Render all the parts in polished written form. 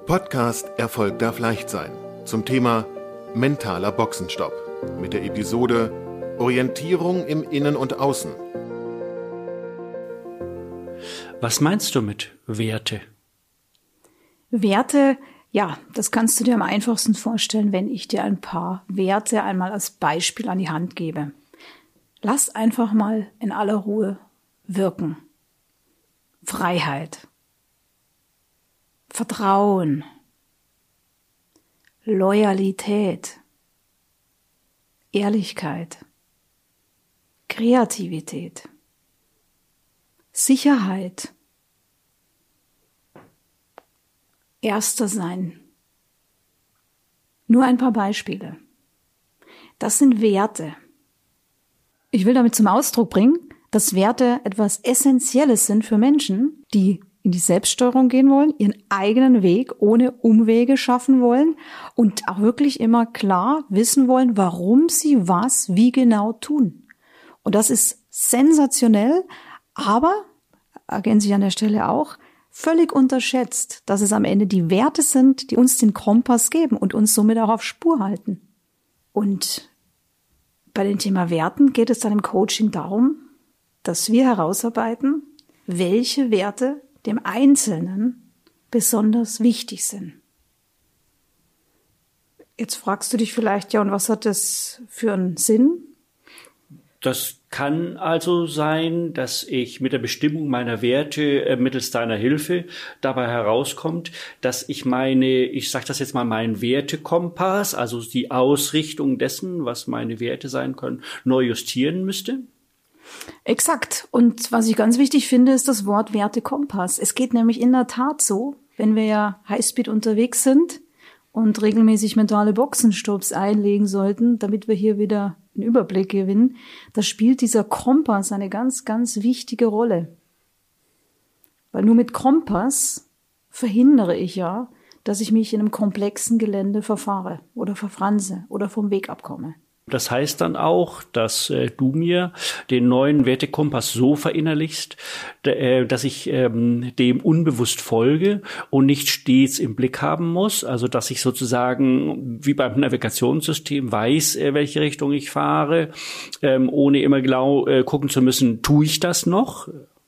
Podcast Erfolg darf leicht sein zum Thema mentaler Boxenstopp mit der Episode Orientierung im Innen und Außen. Was meinst du mit Werte? Werte, ja, das kannst du dir am einfachsten vorstellen, wenn ich dir ein paar Werte einmal als Beispiel an die Hand gebe. Lass einfach mal in aller Ruhe wirken. Freiheit, Vertrauen, Loyalität, Ehrlichkeit, Kreativität, Sicherheit, Erster sein. Nur ein paar Beispiele. Das sind Werte. Ich will damit zum Ausdruck bringen, dass Werte etwas Essentielles sind für Menschen, die in die Selbststeuerung gehen wollen, ihren eigenen Weg ohne Umwege schaffen wollen und auch wirklich immer klar wissen wollen, warum sie was wie genau tun. Und das ist sensationell, aber, ergänze ich an der Stelle auch, völlig unterschätzt, dass es am Ende die Werte sind, die uns den Kompass geben und uns somit auch auf Spur halten. Und bei dem Thema Werten geht es dann im Coaching darum, dass wir herausarbeiten, welche Werte dem Einzelnen besonders wichtig sind. Jetzt fragst du dich vielleicht, ja, und was hat das für einen Sinn? Das kann also sein, dass ich mit der Bestimmung meiner Werte mittels deiner Hilfe dabei herauskommt, dass ich sage das jetzt mal, meinen Wertekompass, also die Ausrichtung dessen, was meine Werte sein können, neu justieren müsste? Exakt. Und was ich ganz wichtig finde, ist das Wort Wertekompass. Es geht nämlich in der Tat so, wenn wir ja Highspeed unterwegs sind und regelmäßig mentale Boxenstopps einlegen sollten, damit wir hier wieder einen Überblick gewinnen, da spielt dieser Kompass eine ganz, ganz wichtige Rolle. Weil nur mit Kompass verhindere ich ja, dass ich mich in einem komplexen Gelände verfahre oder verfranse oder vom Weg abkomme. Das heißt dann auch, dass du mir den neuen Wertekompass so verinnerlichst, dass ich dem unbewusst folge und nicht stets im Blick haben muss. Also dass ich sozusagen wie beim Navigationssystem weiß, welche Richtung ich fahre, ohne immer genau gucken zu müssen, tue ich das noch?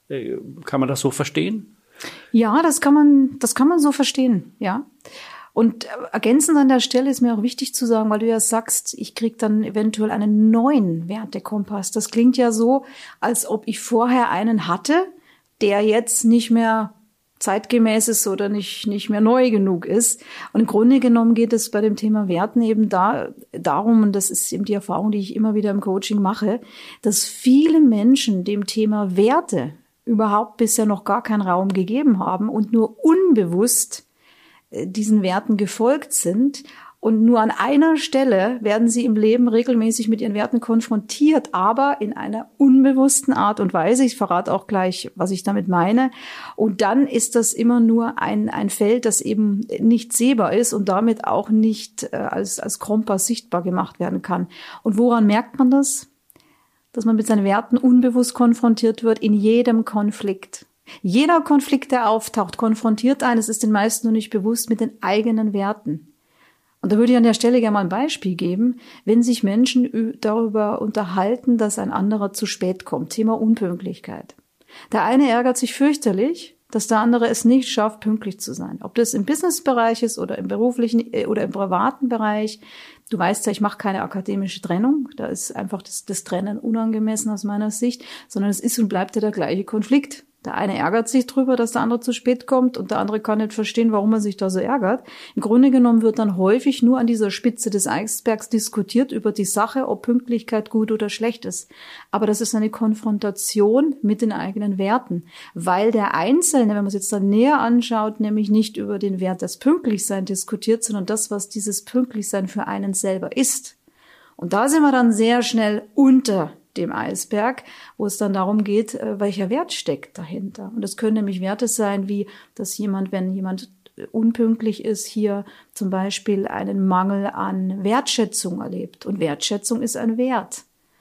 Kann man das so verstehen? Ja, das kann man so verstehen, ja. Und ergänzend an der Stelle ist mir auch wichtig zu sagen, weil du ja sagst, ich krieg dann eventuell einen neuen Wertekompass. Das klingt ja so, als ob ich vorher einen hatte, der jetzt nicht mehr zeitgemäß ist oder nicht mehr neu genug ist. Und im Grunde genommen geht es bei dem Thema Werten eben darum, und das ist eben die Erfahrung, die ich immer wieder im Coaching mache, dass viele Menschen dem Thema Werte überhaupt bisher noch gar keinen Raum gegeben haben und nur unbewusst diesen Werten gefolgt sind. Und nur an einer Stelle werden sie im Leben regelmäßig mit ihren Werten konfrontiert, aber in einer unbewussten Art und Weise. Ich verrate auch gleich, was ich damit meine. Und dann ist das immer nur ein Feld, das eben nicht sehbar ist und damit auch nicht als Kompass sichtbar gemacht werden kann. Und woran merkt man das? Dass man mit seinen Werten unbewusst konfrontiert wird in jedem Konflikt. Jeder Konflikt, der auftaucht, konfrontiert einen, es ist den meisten nur nicht bewusst, mit den eigenen Werten. Und da würde ich an der Stelle gerne mal ein Beispiel geben, wenn sich Menschen darüber unterhalten, dass ein anderer zu spät kommt. Thema Unpünktlichkeit. Der eine ärgert sich fürchterlich, dass der andere es nicht schafft, pünktlich zu sein. Ob das im Businessbereich ist oder im beruflichen oder im privaten Bereich. Du weißt ja, ich mache keine akademische Trennung. Da ist einfach das Trennen unangemessen aus meiner Sicht, sondern es ist und bleibt ja der gleiche Konflikt. Der eine ärgert sich drüber, dass der andere zu spät kommt und der andere kann nicht verstehen, warum er sich da so ärgert. Im Grunde genommen wird dann häufig nur an dieser Spitze des Eisbergs diskutiert über die Sache, ob Pünktlichkeit gut oder schlecht ist. Aber das ist eine Konfrontation mit den eigenen Werten, weil der Einzelne, wenn man es jetzt dann näher anschaut, nämlich nicht über den Wert des Pünktlichsein diskutiert, sondern das, was dieses Pünktlichsein für einen selber ist. Und da sind wir dann sehr schnell unter dem Eisberg, wo es dann darum geht, welcher Wert steckt dahinter. Und das können nämlich Werte sein, wie, dass wenn jemand unpünktlich ist, hier zum Beispiel einen Mangel an Wertschätzung erlebt. Und Wertschätzung ist ein Wert.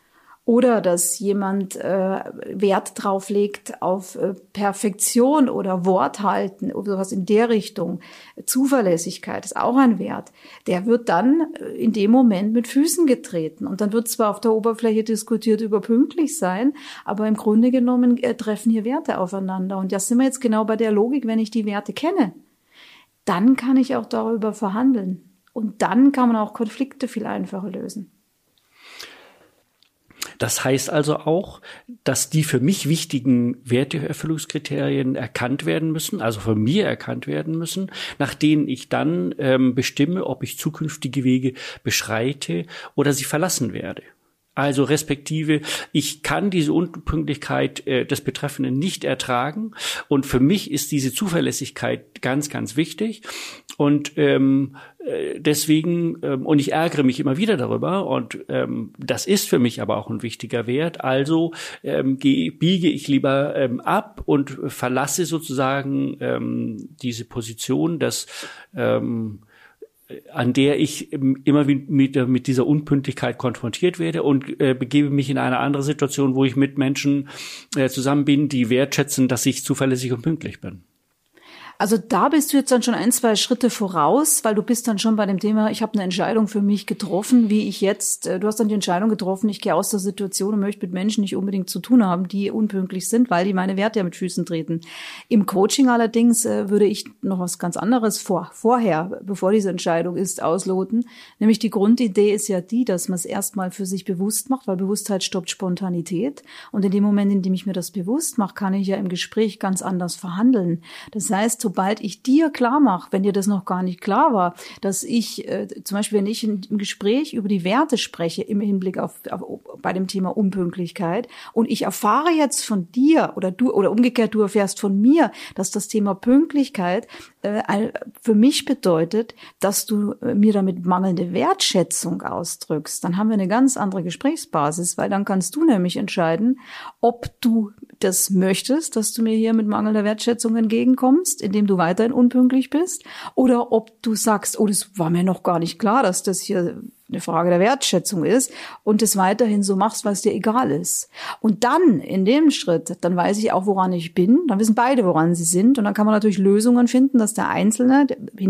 Oder dass jemand Wert drauf legt auf Perfektion oder Worthalten oder sowas in der Richtung. Zuverlässigkeit ist auch ein Wert. Der wird dann in dem Moment mit Füßen getreten. Und dann wird zwar auf der Oberfläche diskutiert über pünktlich sein, aber im Grunde genommen treffen hier Werte aufeinander. Und da sind wir jetzt genau bei der Logik, wenn ich die Werte kenne, dann kann ich auch darüber verhandeln. Und dann kann man auch Konflikte viel einfacher lösen. Das heißt also auch, dass die für mich wichtigen Werteerfüllungskriterien erkannt werden müssen, also von mir erkannt werden müssen, nach denen ich dann bestimme, ob ich zukünftige Wege beschreite oder sie verlassen werde. Also respektive, ich kann diese Unpünktlichkeit des Betreffenden nicht ertragen und für mich ist diese Zuverlässigkeit ganz, ganz wichtig und deswegen, und ich ärgere mich immer wieder darüber und das ist für mich aber auch ein wichtiger Wert, also biege ich lieber ab und verlasse sozusagen diese Position, dass an der ich immer mit dieser Unpünktlichkeit konfrontiert werde und begebe mich in eine andere Situation, wo ich mit Menschen zusammen bin, die wertschätzen, dass ich zuverlässig und pünktlich bin. Also da bist du jetzt dann schon 1-2 Schritte voraus, weil du bist dann schon bei dem Thema, ich habe eine Entscheidung für mich getroffen, wie ich jetzt, du hast dann die Entscheidung getroffen, ich gehe aus der Situation und möchte mit Menschen nicht unbedingt zu tun haben, die unpünktlich sind, weil die meine Werte ja mit Füßen treten. Im Coaching allerdings würde ich noch was ganz anderes vorher, bevor diese Entscheidung ist, ausloten. Nämlich die Grundidee ist ja die, dass man es erstmal für sich bewusst macht, weil Bewusstheit stoppt Spontanität. Und in dem Moment, in dem ich mir das bewusst mache, kann ich ja im Gespräch ganz anders verhandeln. Das heißt, sobald ich dir klar mache, wenn dir das noch gar nicht klar war, dass ich, zum Beispiel, wenn ich im Gespräch über die Werte spreche, im Hinblick auf bei dem Thema Unpünktlichkeit, und ich erfahre jetzt von dir oder du, oder umgekehrt, du erfährst von mir, dass das Thema Pünktlichkeit für mich bedeutet, dass du mir damit mangelnde Wertschätzung ausdrückst, dann haben wir eine ganz andere Gesprächsbasis, weil dann kannst du nämlich entscheiden, ob du das möchtest, dass du mir hier mit mangelnder Wertschätzung entgegenkommst, indem du weiterhin unpünktlich bist, oder ob du sagst, oh, das war mir noch gar nicht klar, dass das hier eine Frage der Wertschätzung ist und es weiterhin so machst, weil es dir egal ist. Und dann, in dem Schritt, dann weiß ich auch, woran ich bin, dann wissen beide, woran sie sind, und dann kann man natürlich Lösungen finden, dass der Einzelne,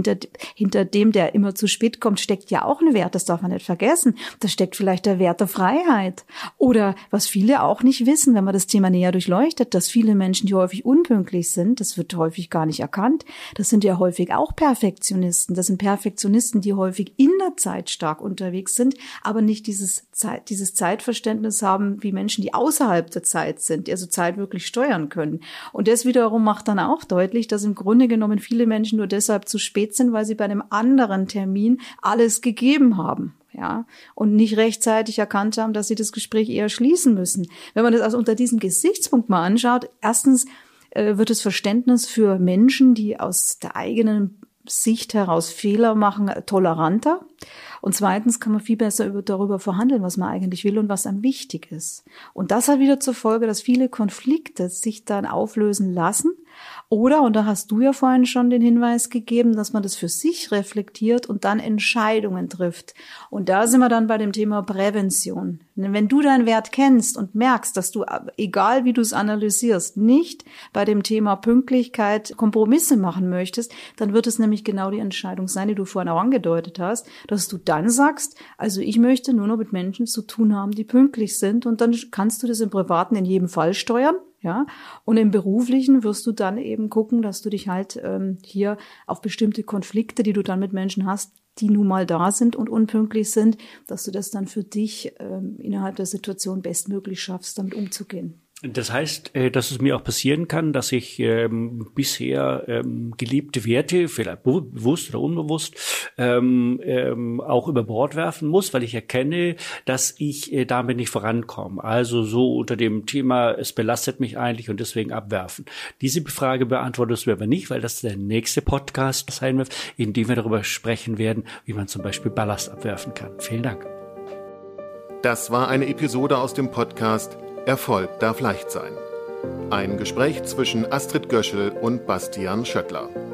hinter dem, der immer zu spät kommt, steckt ja auch ein Wert, das darf man nicht vergessen. Da steckt vielleicht der Wert der Freiheit. Oder, was viele auch nicht wissen, wenn man das Thema näher durchleuchtet, dass viele Menschen, die häufig unpünktlich sind, das wird häufig gar nicht erkannt, das sind ja häufig auch Perfektionisten. Das sind Perfektionisten, die häufig in der Zeit stark unterwegs sind, aber nicht dieses Zeitverständnis haben wie Menschen, die außerhalb der Zeit sind, die also Zeit wirklich steuern können. Und das wiederum macht dann auch deutlich, dass im Grunde genommen viele Menschen nur deshalb zu spät sind, weil sie bei einem anderen Termin alles gegeben haben. Ja, und nicht rechtzeitig erkannt haben, dass sie das Gespräch eher schließen müssen. Wenn man das also unter diesem Gesichtspunkt mal anschaut, erstens wird das Verständnis für Menschen, die aus der eigenen Sicht heraus Fehler machen, toleranter. Und zweitens kann man viel besser darüber verhandeln, was man eigentlich will und was einem wichtig ist. Und das hat wieder zur Folge, dass viele Konflikte sich dann auflösen lassen. Oder, und da hast du ja vorhin schon den Hinweis gegeben, dass man das für sich reflektiert und dann Entscheidungen trifft. Und da sind wir dann bei dem Thema Prävention. Wenn du deinen Wert kennst und merkst, dass du, egal wie du es analysierst, nicht bei dem Thema Pünktlichkeit Kompromisse machen möchtest, dann wird es nämlich genau die Entscheidung sein, die du vorhin auch angedeutet hast, dass du dann sagst, also ich möchte nur noch mit Menschen zu tun haben, die pünktlich sind, und dann kannst du das im Privaten in jedem Fall steuern. Ja, und im Beruflichen wirst du dann eben gucken, dass du dich halt hier auf bestimmte Konflikte, die du dann mit Menschen hast, die nun mal da sind und unpünktlich sind, dass du das dann für dich innerhalb der Situation bestmöglich schaffst, damit umzugehen. Das heißt, dass es mir auch passieren kann, dass ich bisher gelebte Werte, vielleicht bewusst oder unbewusst, auch über Bord werfen muss, weil ich erkenne, dass ich damit nicht vorankomme. Also so unter dem Thema, es belastet mich eigentlich und deswegen abwerfen. Diese Frage beantwortest du aber nicht, weil das der nächste Podcast sein wird, in dem wir darüber sprechen werden, wie man zum Beispiel Ballast abwerfen kann. Vielen Dank. Das war eine Episode aus dem Podcast Erfolg darf leicht sein. Ein Gespräch zwischen Astrid Göschel und Bastian Schöttler.